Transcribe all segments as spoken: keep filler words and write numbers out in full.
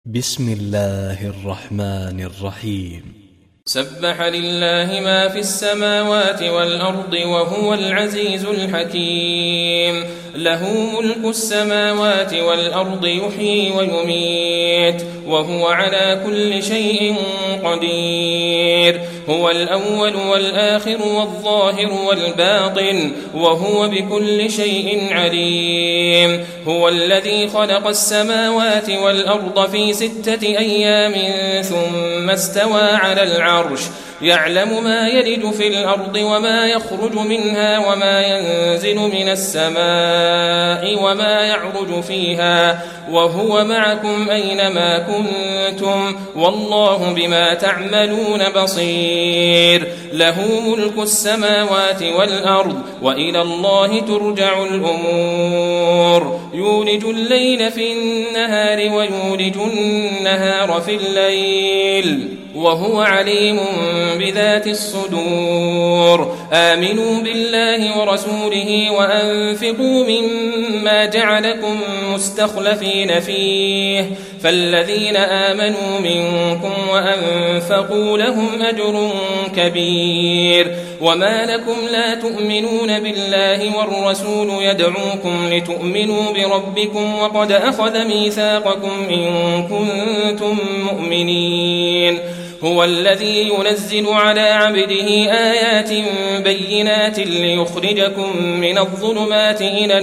بسم الله الرحمن الرحيم. سبح لله ما في السماوات والأرض وهو العزيز الحكيم. له ملك السماوات والأرض يحيي ويميت وهو على كل شيء قدير. هو الأول والآخر والظاهر والباطن وهو بكل شيء عليم. هو الذي خلق السماوات والأرض في ستة أيام ثم استوى على العرش يعلم ما يلج في الأرض وما يخرج منها وما ينزل من السماء وما يعرج فيها وهو معكم أينما كنتم والله بما تعملون بصير. له ملك السماوات والأرض وإلى الله ترجع الأمور. يولج الليل في النهار ويولج النهار في الليل وهو عليم بذات الصدور. آمنوا بالله ورسوله وأنفقوا مما جعلكم مستخلفين فيه فالذين آمنوا منكم وأنفقوا لهم أجر كبير. وما لكم لا تؤمنون بالله والرسول يدعوكم لتؤمنوا بربكم وقد أخذ ميثاقكم إن كنتم مؤمنين. هو الذي ينزل على عبده آيات بينات ليخرجكم من الظلمات إلى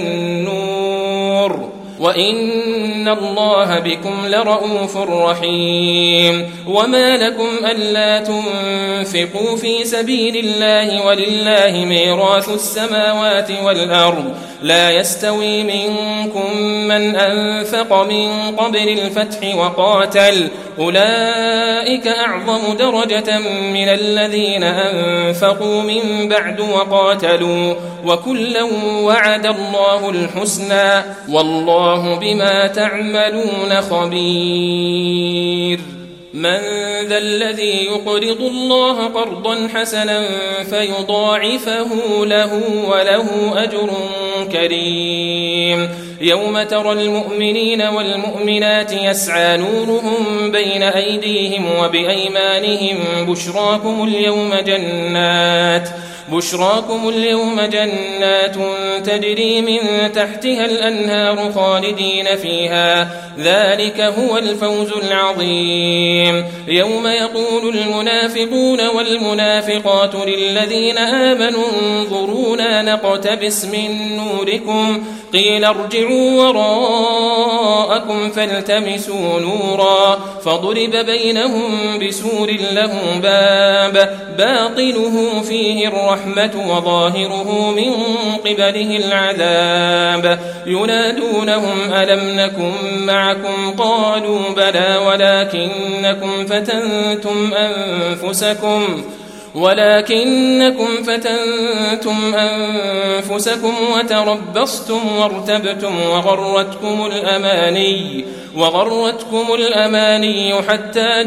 النور وإن الله بكم لرؤوف رحيم. وما لكم ألا تنفقوا في سبيل الله ولله ميراث السماوات والأرض لا يستوي منكم من أنفق من قبل الفتح وقاتل أولئك أعظم درجة من الذين أنفقوا من بعد وقاتلوا وكلا وعد الله الحسنى والله بما تعملون خبير. من ذا الذي يقرض الله قرضا حسنا فيضاعفه له وله أجر كريم. يوم ترى المؤمنين والمؤمنات يسعى نورهم بين أيديهم وبأيمانهم بشراكم اليوم جنات بشراكم اليوم جنات تجري من تحتها الأنهار خالدين فيها ذلك هو الفوز العظيم. يوم يقول المنافقون والمنافقات للذين آمنوا انظرونا نقتبس من نوركم قيل ارجعوا وراءكم فالتمسوا نورا فضرب بينهم بسور له باب باطنه فيه الرحمة وظاهره من قبله العذاب. ينادونهم ألم نكن معكم قالوا بلى ولكنكم فتنتم أنفسكم ولكنكم فتنتم أنفسكم وتربصتم وارتبتم وغرتكم الأماني وغرتكم الأماني حتى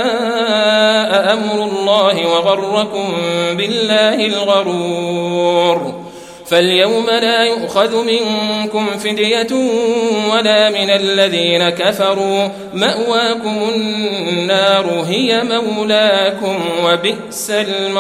جاء أمر الله وغركم بالله الغرور. فاليوم لا يؤخذ منكم فدية ولا من الذين كفروا مأواكم النار هي مولاكم وبئس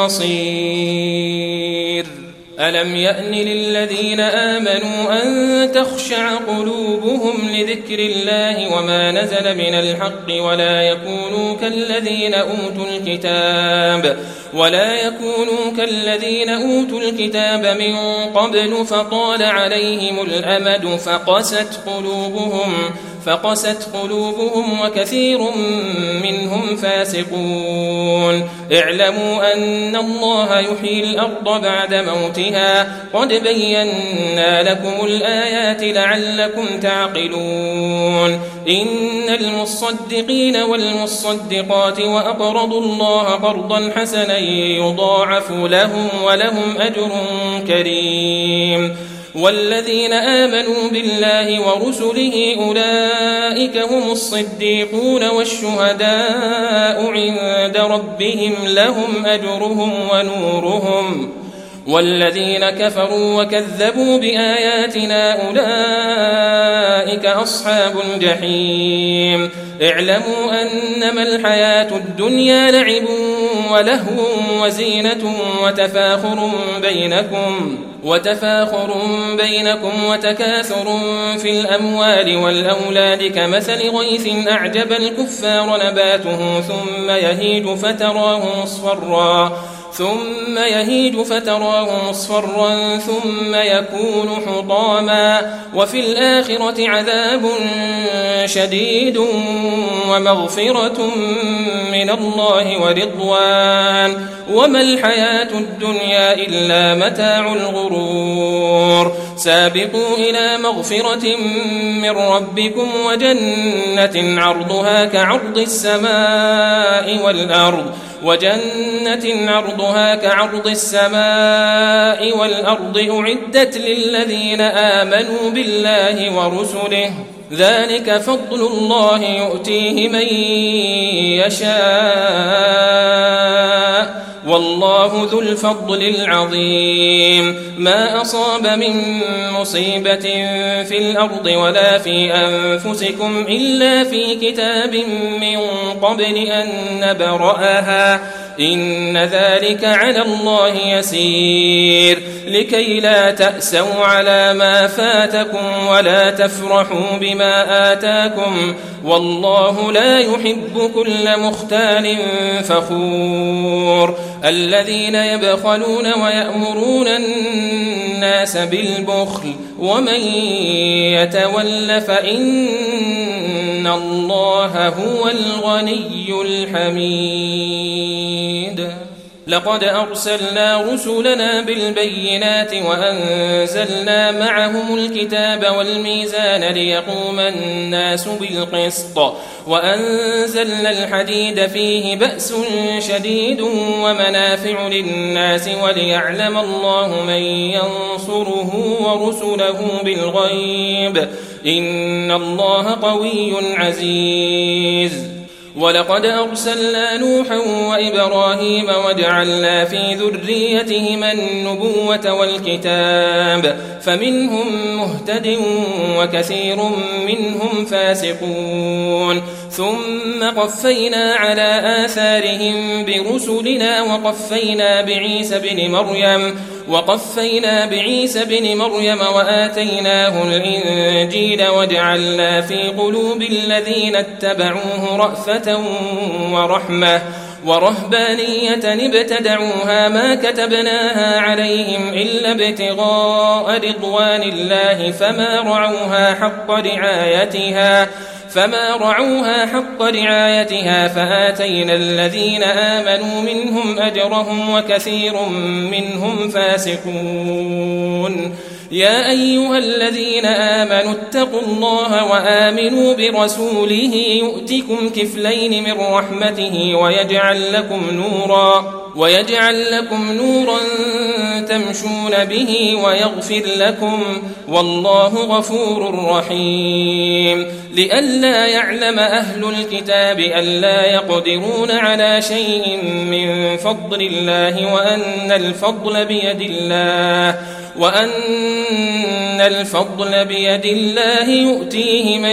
المصير. ألم يأن للذين آمنوا أن تخشع قلوبهم لذكر الله وما نزل من الحق ولا يكونوا كالذين أوتوا الكتاب ولا يكونوا كالذين أوتوا الكتاب من قبل فطال عليهم الأمد فقست قلوبهم فقست قلوبهم وكثير منهم فاسقون. اعلموا أن الله يحيي الأرض بعد موتها قد بينا لكم الآيات لعلكم تعقلون. إن المصدقين والمصدقات وأقرضوا الله قرضا حسنا يضاعف لهم ولهم أجر كريم. والذين آمنوا بالله ورسله أولئك هم الصديقون والشهداء عند ربهم لهم أجرهم ونورهم والذين كفروا وكذبوا بآياتنا أولئك أصحاب الجحيم. اعلموا أنما الحياة الدنيا لعب ولهو وزينة وتفاخر بينكم وتفاخر بينكم وتكاثر في الأموال والأولاد كمثل غيث أعجب الكفار نباته ثم يهيج فتراه مصفرا ثم يهيج فتراه مصفرا ثم يكون حطاما وفي الآخرة عذاب شديد ومغفرة من الله ورضوان وما الحياة الدنيا إلا متاع الغرور سابقوا إلى مغفرة من ربكم وجنة عرضها كعرض السماء والأرض وجنة عرضها كعرض السماء والأرض أعدت للذين آمنوا بالله ورسله ذلك فضل الله يؤتيه من يشاء والله ذو الفضل العظيم ما أصاب من مصيبة في الأرض ولا في أنفسكم إلا في كتاب من قبل أن نبرأها إن ذلك على الله يسير لكي لا تأسوا على ما فاتكم ولا تفرحوا بما آتاكم والله لا يحب كل مختال فخور الذين يبخلون ويأمرون الناس بالبخل ومن يتول فإن الله هو الغني الحميد لقد أرسلنا رسلنا بالبينات وأنزلنا معهم الكتاب والميزان ليقوم الناس بالقسط وأنزلنا الحديد فيه بأس شديد ومنافع للناس وليعلم الله من ينصره ورسله بالغيب إن الله قوي عزيز ولقد أرسلنا نوحا وإبراهيم وجعلنا في ذريتهما النبوة والكتاب فمنهم مهتد وكثير منهم فاسقون ثم قفينا على آثارهم برسلنا وقفينا بعيسى بن مريم وقفينا بعيسى بن مريم وآتيناه الإنجيل وجعلنا في قلوب الذين اتبعوه رأفة ورحمة ورهبانية ابتدعوها ما كتبناها عليهم إلا ابتغاء رضوان الله فما رعوها حق رعايتها فما رعوها حق رعايتها فآتينا الذين آمنوا منهم أجرهم وكثير منهم فاسقون يا أيها الذين آمنوا اتقوا الله وآمنوا برسوله يؤتكم كفلين من رحمته ويجعل لكم نورا ويجعل لكم نورا تمشون به ويغفر لكم والله غفور رحيم لئلا يعلم أهل الكتاب ألا يقدرون على شيء من فضل الله وأن الفضل بيد الله وأن الفضل بيد الله يؤتيه من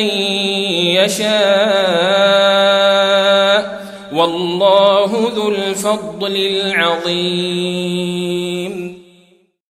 يشاء والله ذو الفضل العظيم